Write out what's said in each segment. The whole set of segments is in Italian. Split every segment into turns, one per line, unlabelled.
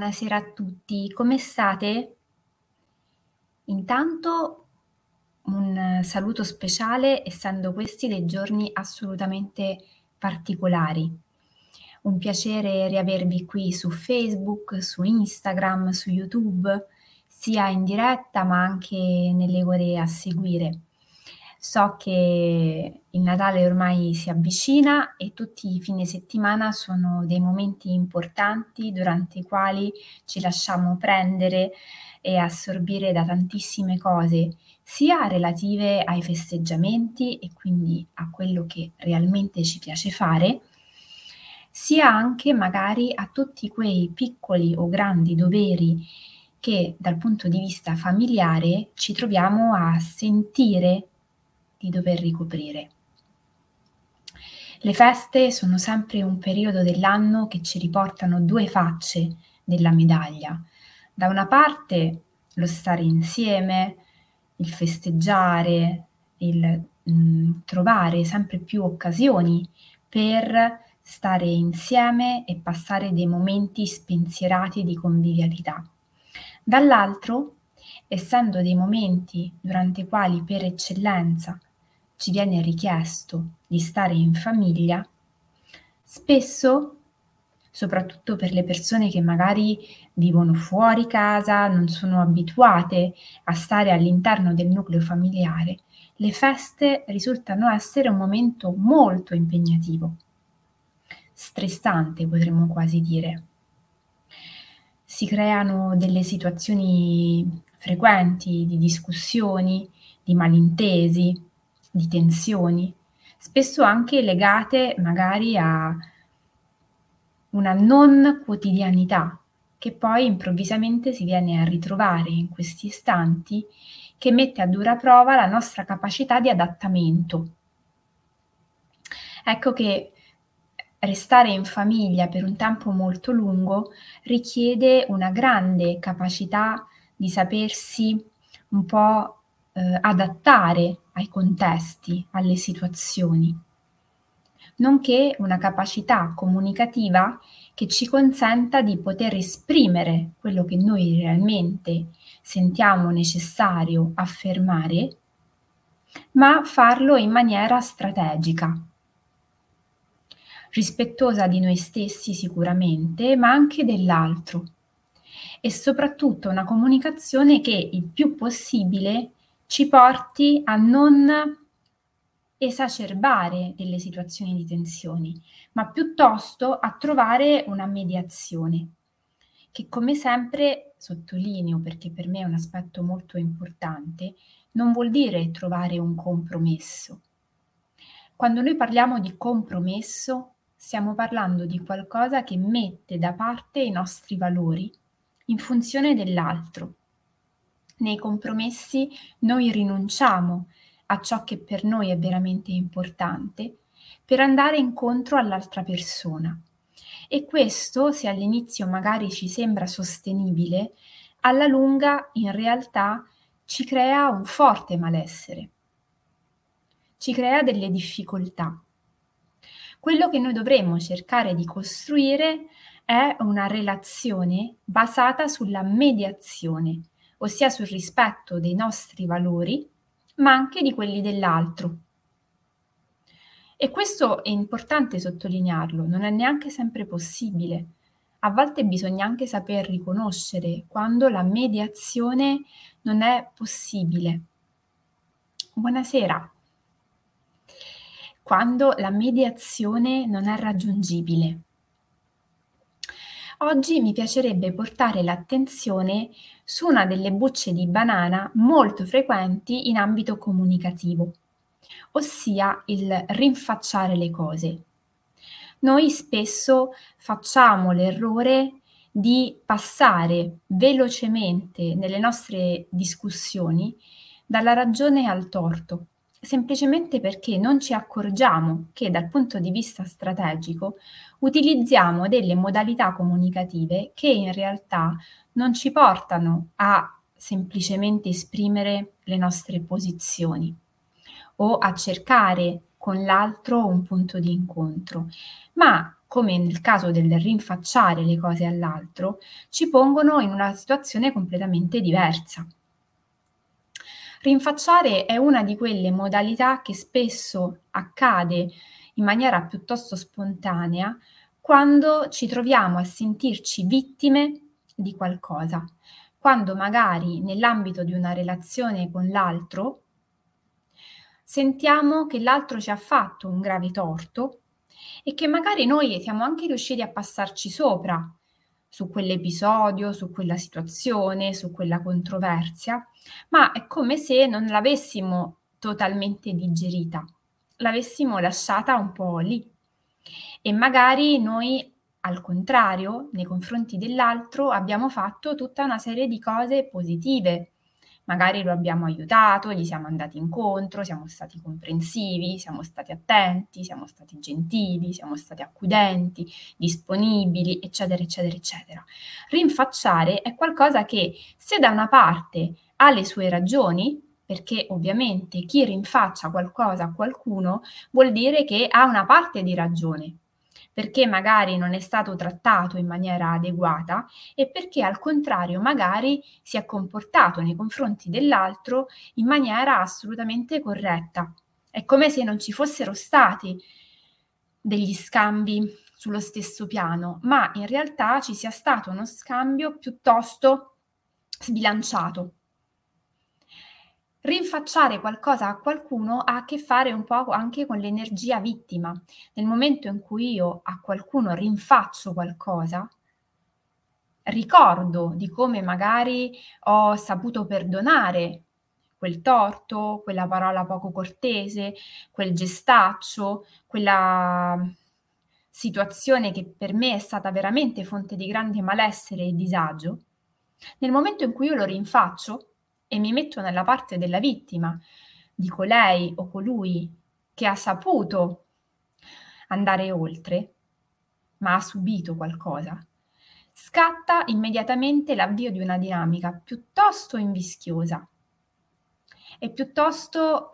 Buonasera a tutti, come state? Intanto un saluto speciale, essendo questi dei giorni assolutamente particolari. Un piacere riavervi qui su Facebook, su Instagram, su YouTube, sia in diretta ma anche nelle ore a seguire. So che il Natale ormai si avvicina e tutti i fine settimana sono dei momenti importanti durante i quali ci lasciamo prendere e assorbire da tantissime cose, sia relative ai festeggiamenti e quindi a quello che realmente ci piace fare, sia anche magari a tutti quei piccoli o grandi doveri che dal punto di vista familiare ci troviamo a sentire di dover ricoprire. Le feste sono sempre un periodo dell'anno che ci riportano due facce della medaglia. Da una parte lo stare insieme, il festeggiare, il trovare sempre più occasioni per stare insieme e passare dei momenti spensierati di convivialità. Dall'altro, essendo dei momenti durante i quali per eccellenza ci viene richiesto di stare in famiglia, spesso, soprattutto per le persone che magari vivono fuori casa, non sono abituate a stare all'interno del nucleo familiare, le feste risultano essere un momento molto impegnativo, stressante potremmo quasi dire. Si creano delle situazioni frequenti di discussioni, di malintesi, di tensioni, spesso anche legate magari a una non quotidianità, che poi improvvisamente si viene a ritrovare in questi istanti, che mette a dura prova la nostra capacità di adattamento. Ecco che restare in famiglia per un tempo molto lungo richiede una grande capacità di sapersi un po', adattare ai contesti, alle situazioni, nonché una capacità comunicativa che ci consenta di poter esprimere quello che noi realmente sentiamo necessario affermare, ma farlo in maniera strategica. Rispettosa di noi stessi sicuramente, ma anche dell'altro. E soprattutto una comunicazione che il più possibile ci porti a non esacerbare delle situazioni di tensioni, ma piuttosto a trovare una mediazione, che come sempre, sottolineo perché per me è un aspetto molto importante, non vuol dire trovare un compromesso. Quando noi parliamo di compromesso, stiamo parlando di qualcosa che mette da parte i nostri valori in funzione dell'altro. Nei compromessi noi rinunciamo a ciò che per noi è veramente importante per andare incontro all'altra persona. E questo, se all'inizio magari ci sembra sostenibile, alla lunga in realtà ci crea un forte malessere, ci crea delle difficoltà. Quello che noi dovremmo cercare di costruire è una relazione basata sulla mediazione, ossia sul rispetto dei nostri valori, ma anche di quelli dell'altro. E questo è importante sottolinearlo, non è neanche sempre possibile. A volte bisogna anche saper riconoscere quando la mediazione non è possibile. Buonasera. Quando la mediazione non è raggiungibile. Oggi mi piacerebbe portare l'attenzione su una delle bucce di banana molto frequenti in ambito comunicativo, ossia il rinfacciare le cose. Noi spesso facciamo l'errore di passare velocemente nelle nostre discussioni dalla ragione al torto, semplicemente perché non ci accorgiamo che dal punto di vista strategico utilizziamo delle modalità comunicative che in realtà non ci portano a semplicemente esprimere le nostre posizioni o a cercare con l'altro un punto di incontro, ma come nel caso del rinfacciare le cose all'altro, ci pongono in una situazione completamente diversa. Rinfacciare è una di quelle modalità che spesso accade in maniera piuttosto spontanea quando ci troviamo a sentirci vittime di qualcosa, quando magari nell'ambito di una relazione con l'altro sentiamo che l'altro ci ha fatto un grave torto e che magari noi siamo anche riusciti a passarci sopra su quell'episodio, su quella situazione, su quella controversia, ma è come se non l'avessimo totalmente digerita, l'avessimo lasciata un po' lì. E magari noi, al contrario, nei confronti dell'altro, abbiamo fatto tutta una serie di cose positive. Magari lo abbiamo aiutato, gli siamo andati incontro, siamo stati comprensivi, siamo stati attenti, siamo stati gentili, siamo stati accudenti, disponibili, eccetera, eccetera, eccetera. Rinfacciare è qualcosa che, se da una parte ha le sue ragioni, perché ovviamente chi rinfaccia qualcosa a qualcuno vuol dire che ha una parte di ragione, perché magari non è stato trattato in maniera adeguata e perché al contrario magari si è comportato nei confronti dell'altro in maniera assolutamente corretta. È come se non ci fossero stati degli scambi sullo stesso piano, ma in realtà ci sia stato uno scambio piuttosto sbilanciato. Rinfacciare qualcosa a qualcuno ha a che fare un po' anche con l'energia vittima. Nel momento in cui io a qualcuno rinfaccio qualcosa, ricordo di come magari ho saputo perdonare quel torto, quella parola poco cortese, quel gestaccio, quella situazione che per me è stata veramente fonte di grande malessere e disagio. Nel momento in cui io lo rinfaccio e mi metto nella parte della vittima, di colei o colui che ha saputo andare oltre, ma ha subito qualcosa, scatta immediatamente l'avvio di una dinamica piuttosto invischiosa e piuttosto,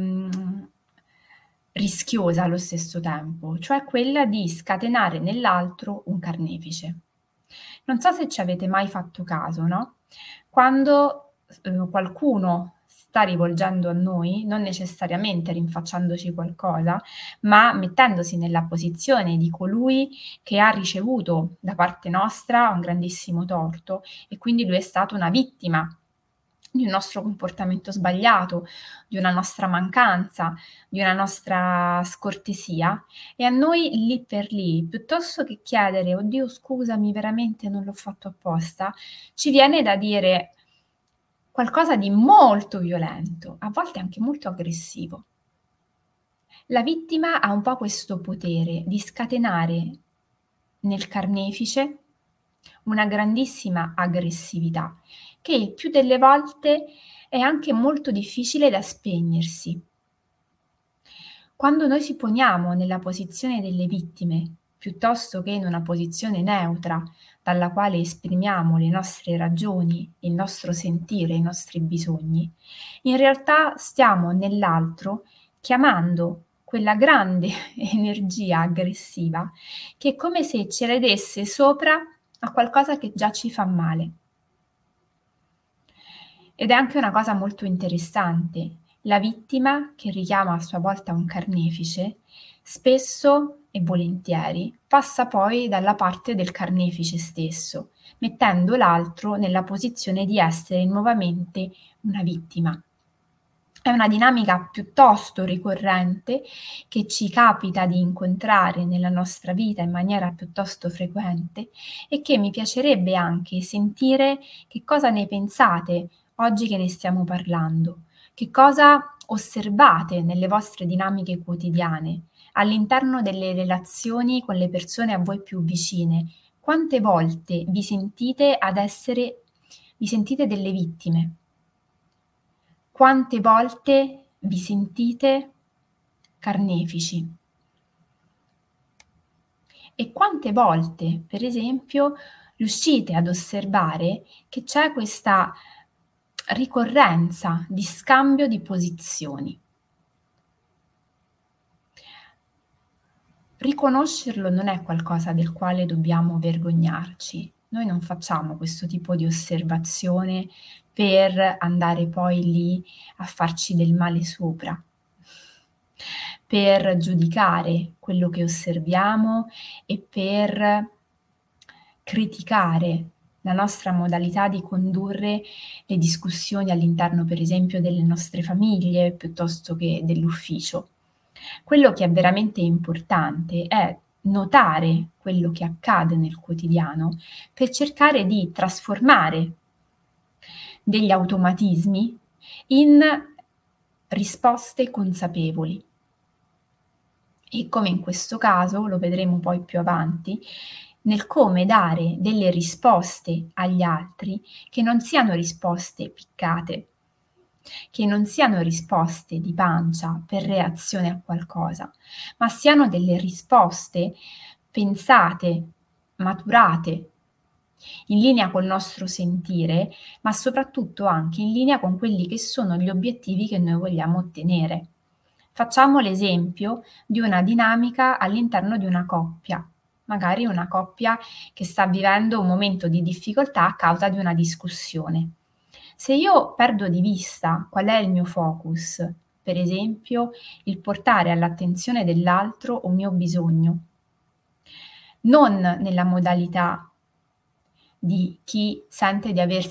rischiosa allo stesso tempo, cioè quella di scatenare nell'altro un carnefice. Non so se ci avete mai fatto caso, no, quando, qualcuno sta rivolgendo a noi, non necessariamente rinfacciandoci qualcosa, ma mettendosi nella posizione di colui che ha ricevuto da parte nostra un grandissimo torto e quindi lui è stato una vittima di un nostro comportamento sbagliato, di una nostra mancanza, di una nostra scortesia e a noi lì per lì, piuttosto che chiedere: "Oddio scusami, veramente non l'ho fatto apposta", ci viene da dire qualcosa di molto violento, a volte anche molto aggressivo. La vittima ha un po' questo potere di scatenare nel carnefice una grandissima aggressività, che il più delle volte è anche molto difficile da spegnersi. Quando noi ci poniamo nella posizione delle vittime, piuttosto che in una posizione neutra, dalla quale esprimiamo le nostre ragioni, il nostro sentire, i nostri bisogni, in realtà stiamo nell'altro chiamando quella grande energia aggressiva che è come se ce la desse sopra a qualcosa che già ci fa male. Ed è anche una cosa molto interessante. La vittima, che richiama a sua volta un carnefice, spesso e volentieri passa poi dalla parte del carnefice stesso, mettendo l'altro nella posizione di essere nuovamente una vittima. È una dinamica piuttosto ricorrente che ci capita di incontrare nella nostra vita in maniera piuttosto frequente e che mi piacerebbe anche sentire che cosa ne pensate oggi che ne stiamo parlando. Che cosa osservate nelle vostre dinamiche quotidiane, all'interno delle relazioni con le persone a voi più vicine? Quante volte vi sentite delle vittime? Quante volte vi sentite carnefici? E quante volte, per esempio, riuscite ad osservare che c'è questa ricorrenza di scambio di posizioni? Riconoscerlo non è qualcosa del quale dobbiamo vergognarci. Noi non facciamo questo tipo di osservazione per andare poi lì a farci del male sopra, per giudicare quello che osserviamo e per criticare la nostra modalità di condurre le discussioni all'interno, per esempio, delle nostre famiglie piuttosto che dell'ufficio. Quello che è veramente importante è notare quello che accade nel quotidiano per cercare di trasformare degli automatismi in risposte consapevoli. E come in questo caso, lo vedremo poi più avanti, nel come dare delle risposte agli altri che non siano risposte piccate, che non siano risposte di pancia per reazione a qualcosa, ma siano delle risposte pensate, maturate, in linea col nostro sentire, ma soprattutto anche in linea con quelli che sono gli obiettivi che noi vogliamo ottenere. Facciamo l'esempio di una dinamica all'interno di una coppia, magari una coppia che sta vivendo un momento di difficoltà a causa di una discussione. Se io perdo di vista qual è il mio focus, per esempio il portare all'attenzione dell'altro un mio bisogno, non nella modalità di chi sente di aver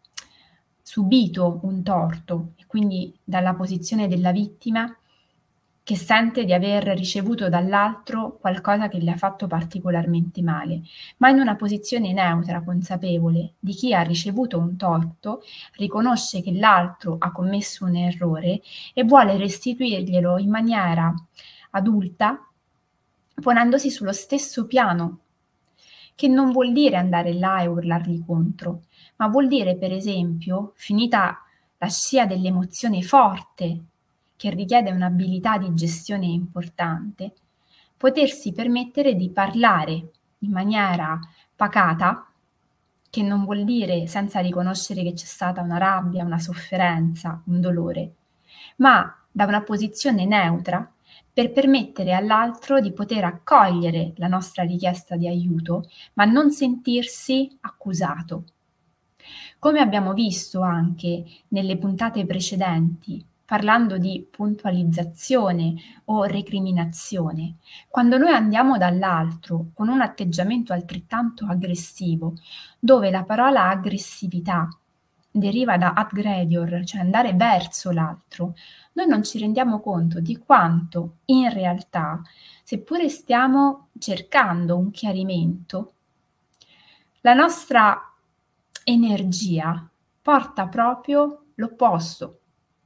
subito un torto e quindi dalla posizione della vittima che sente di aver ricevuto dall'altro qualcosa che le ha fatto particolarmente male, ma in una posizione neutra, consapevole di chi ha ricevuto un torto, riconosce che l'altro ha commesso un errore e vuole restituirglielo in maniera adulta, ponendosi sullo stesso piano, che non vuol dire andare là e urlargli contro, ma vuol dire, per esempio, finita la scia dell'emozione forte che richiede un'abilità di gestione importante, potersi permettere di parlare in maniera pacata, che non vuol dire senza riconoscere che c'è stata una rabbia, una sofferenza, un dolore, ma da una posizione neutra per permettere all'altro di poter accogliere la nostra richiesta di aiuto, ma non sentirsi accusato. Come abbiamo visto anche nelle puntate precedenti, parlando di puntualizzazione o recriminazione, quando noi andiamo dall'altro con un atteggiamento altrettanto aggressivo, dove la parola aggressività deriva da adgredior, cioè andare verso l'altro, noi non ci rendiamo conto di quanto in realtà, seppure stiamo cercando un chiarimento, la nostra energia porta proprio l'opposto.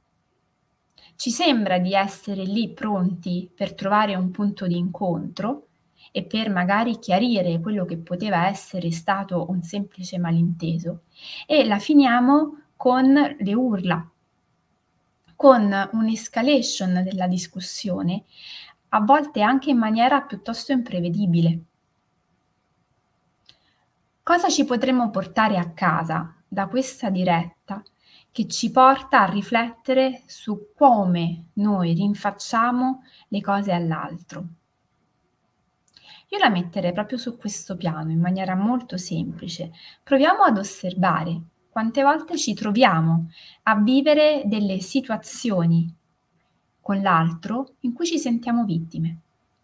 Ci sembra di essere lì pronti per trovare un punto di incontro e per magari chiarire quello che poteva essere stato un semplice malinteso e la finiamo con le urla, con un'escalation della discussione, a volte anche in maniera piuttosto imprevedibile. Cosa ci potremmo portare a casa da questa diretta che ci porta a riflettere su come noi rinfacciamo le cose all'altro? Io la metterei proprio su questo piano in maniera molto semplice. Proviamo ad osservare quante volte ci troviamo a vivere delle situazioni con l'altro in cui ci sentiamo vittime.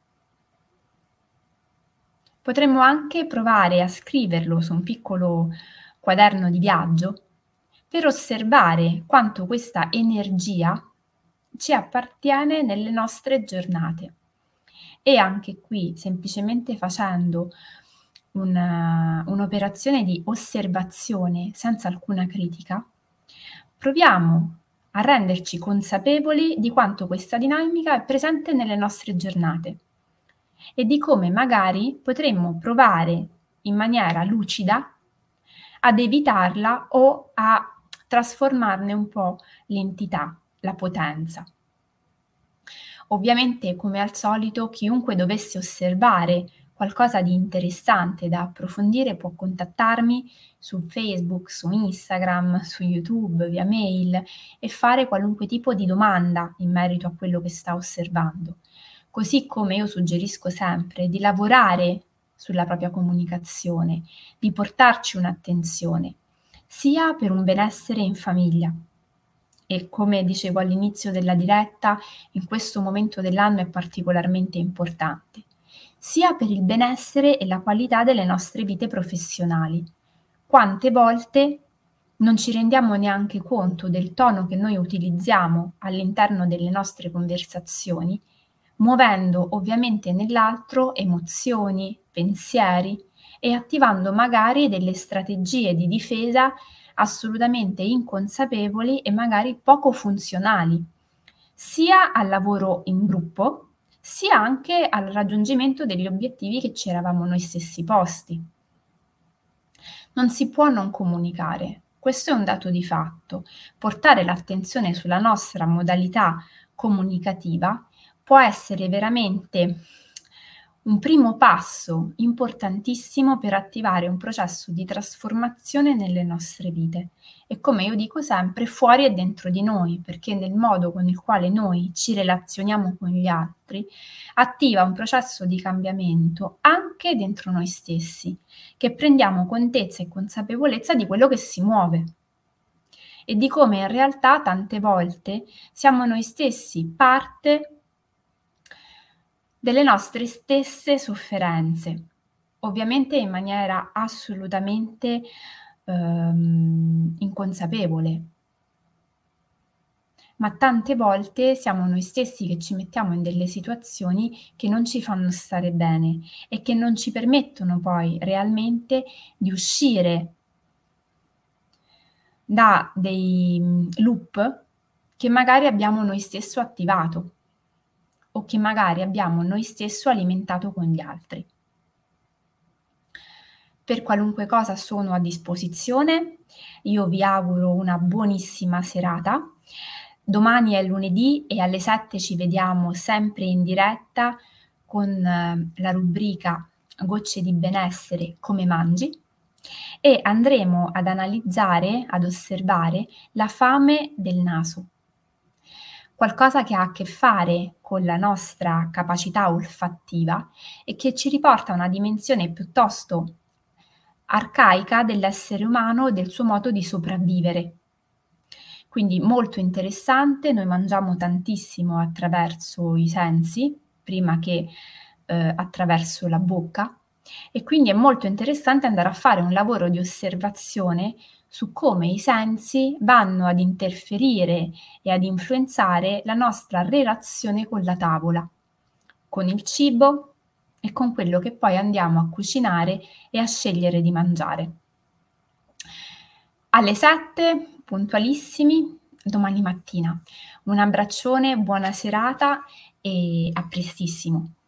Potremmo anche provare a scriverlo su un piccolo quaderno di viaggio per osservare quanto questa energia ci appartiene nelle nostre giornate. E anche qui, semplicemente facendo un'operazione di osservazione senza alcuna critica, proviamo a renderci consapevoli di quanto questa dinamica è presente nelle nostre giornate e di come magari potremmo provare in maniera lucida ad evitarla o a trasformarne un po' l'entità, la potenza. Ovviamente, come al solito, chiunque dovesse osservare qualcosa di interessante da approfondire può contattarmi su Facebook, su Instagram, su YouTube, via mail e fare qualunque tipo di domanda in merito a quello che sta osservando. Così come io suggerisco sempre di lavorare sulla propria comunicazione, di portarci un'attenzione, sia per un benessere in famiglia. E come dicevo all'inizio della diretta, in questo momento dell'anno è particolarmente importante, sia per il benessere e la qualità delle nostre vite professionali. Quante volte non ci rendiamo neanche conto del tono che noi utilizziamo all'interno delle nostre conversazioni, muovendo ovviamente nell'altro emozioni, pensieri e attivando magari delle strategie di difesa assolutamente inconsapevoli e magari poco funzionali, sia al lavoro in gruppo, sia anche al raggiungimento degli obiettivi che ci eravamo noi stessi posti. Non si può non comunicare, questo è un dato di fatto. Portare l'attenzione sulla nostra modalità comunicativa può essere veramente un primo passo importantissimo per attivare un processo di trasformazione nelle nostre vite e, come io dico sempre, fuori e dentro di noi, perché nel modo con il quale noi ci relazioniamo con gli altri attiva un processo di cambiamento anche dentro noi stessi, che prendiamo contezza e consapevolezza di quello che si muove e di come in realtà tante volte siamo noi stessi parte delle nostre stesse sofferenze, ovviamente in maniera assolutamente, inconsapevole. Ma tante volte siamo noi stessi che ci mettiamo in delle situazioni che non ci fanno stare bene e che non ci permettono poi realmente di uscire da dei, loop che magari abbiamo noi stesso attivato o che magari abbiamo noi stesso alimentato con gli altri. Per qualunque cosa sono a disposizione, io vi auguro una buonissima serata. Domani è lunedì e alle 7 ci vediamo sempre in diretta con la rubrica Gocce di benessere come mangi e andremo ad analizzare, ad osservare la fame del naso. Qualcosa che ha a che fare con la nostra capacità olfattiva e che ci riporta a una dimensione piuttosto arcaica dell'essere umano e del suo modo di sopravvivere. Quindi molto interessante, noi mangiamo tantissimo attraverso i sensi, prima che attraverso la bocca, e quindi è molto interessante andare a fare un lavoro di osservazione su come i sensi vanno ad interferire e ad influenzare la nostra relazione con la tavola, con il cibo e con quello che poi andiamo a cucinare e a scegliere di mangiare. Alle 7, puntualissimi, domani mattina. Un abbraccione, buona serata e a prestissimo.